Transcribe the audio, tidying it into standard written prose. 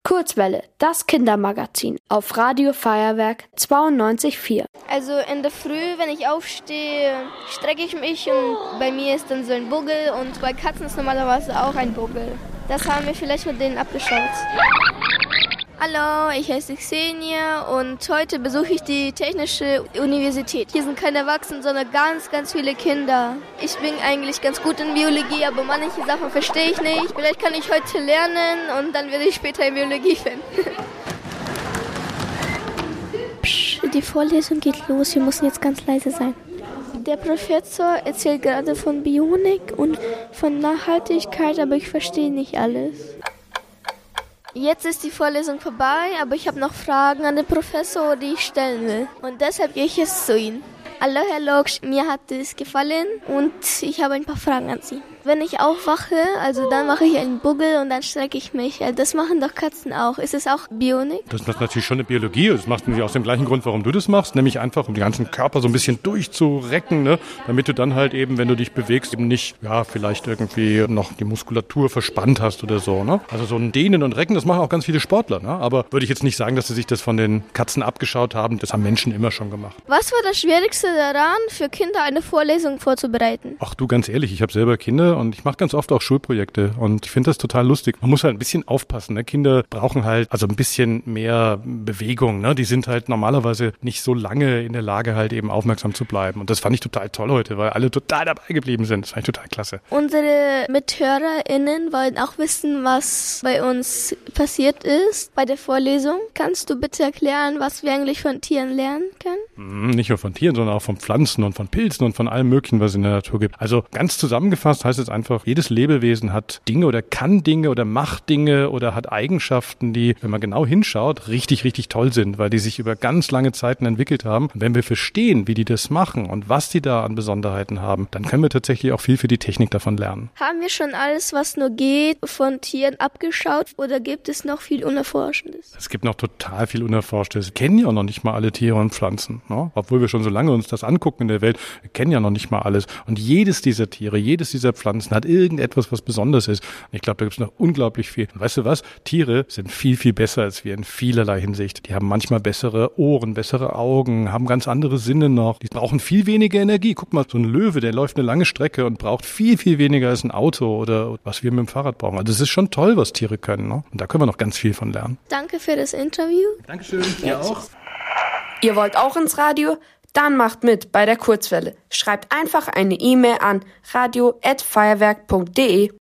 Kurzwelle, das Kindermagazin auf Radio Feuerwerk 92,4. Also in der Früh, wenn ich aufstehe, strecke ich mich und bei mir ist dann so ein Buggel und bei Katzen ist normalerweise auch ein Buggel. Das haben wir vielleicht mit denen abgeschaut. Hallo, ich heiße Xenia und heute besuche ich die Technische Universität. Hier sind keine Erwachsenen, sondern ganz, ganz viele Kinder. Ich bin eigentlich ganz gut in Biologie, aber manche Sachen verstehe ich nicht. Vielleicht kann ich heute lernen und dann werde ich später in Biologie finden. Psst, die Vorlesung geht los, wir müssen jetzt ganz leise sein. Der Professor erzählt gerade von Bionik und von Nachhaltigkeit, aber ich verstehe nicht alles. Jetzt ist die Vorlesung vorbei, aber ich habe noch Fragen an den Professor, die ich stellen will. Und deshalb gehe ich jetzt zu Ihnen. Hallo Herr Loksch, mir hat es gefallen und ich habe ein paar Fragen an Sie. Wenn ich aufwache, also dann mache ich einen Buggel und dann strecke ich mich. Das machen doch Katzen auch. Ist es auch Bionik? Das ist natürlich schon eine Biologie. Das machst du nicht aus dem gleichen Grund, warum du das machst. Nämlich einfach, um den ganzen Körper so ein bisschen durchzurecken, ne? Damit du dann halt eben, wenn du dich bewegst, eben nicht, ja, vielleicht irgendwie noch die Muskulatur verspannt hast oder so, ne? Also so ein Dehnen und Recken, das machen auch ganz viele Sportler, ne? Aber würde ich jetzt nicht sagen, dass sie sich das von den Katzen abgeschaut haben. Das haben Menschen immer schon gemacht. Was war das Schwierigste daran, für Kinder eine Vorlesung vorzubereiten? Ach du, ganz ehrlich, ich habe selber Kinder und ich mache ganz oft auch Schulprojekte und ich finde das total lustig. Man muss halt ein bisschen aufpassen, ne? Kinder brauchen halt also ein bisschen mehr Bewegung, ne? Die sind halt normalerweise nicht so lange in der Lage, halt eben aufmerksam zu bleiben. Und das fand ich total toll heute, weil alle total dabei geblieben sind. Das fand ich total klasse. Unsere MithörerInnen wollen auch wissen, was bei uns passiert ist bei der Vorlesung. Kannst du bitte erklären, was wir eigentlich von Tieren lernen können? Nicht nur von Tieren, sondern auch von Pflanzen und von Pilzen und von allem Möglichen, was es in der Natur gibt. Also ganz zusammengefasst heißt es einfach, jedes Lebewesen hat Dinge oder kann Dinge oder macht Dinge oder hat Eigenschaften, die, wenn man genau hinschaut, richtig, richtig toll sind, weil die sich über ganz lange Zeiten entwickelt haben. Und wenn wir verstehen, wie die das machen und was die da an Besonderheiten haben, dann können wir tatsächlich auch viel für die Technik davon lernen. Haben wir schon alles, was nur geht, von Tieren abgeschaut oder gibt es noch viel Unerforschendes? Es gibt noch total viel Unerforschtes. Wir kennen ja noch nicht mal alle Tiere und Pflanzen, ne? Obwohl wir schon so lange uns das angucken in der Welt, wir kennen ja noch nicht mal alles. Und jedes dieser Tiere, jedes dieser Pflanzen hat irgendetwas, was besonders ist. Und ich glaube, da gibt es noch unglaublich viel. Und weißt du was? Tiere sind viel, viel besser als wir in vielerlei Hinsicht. Die haben manchmal bessere Ohren, bessere Augen, haben ganz andere Sinne noch. Die brauchen viel weniger Energie. Guck mal, so ein Löwe, der läuft eine lange Strecke und braucht viel, viel weniger als ein Auto oder was wir mit dem Fahrrad brauchen. Also es ist schon toll, was Tiere können, ne? Und da können wir noch ganz viel von lernen. Danke für das Interview. Dankeschön. Dir auch. Ihr wollt auch ins Radio? Dann macht mit bei der Kurzwelle. Schreibt einfach eine E-Mail an radio@feuerwerk.de.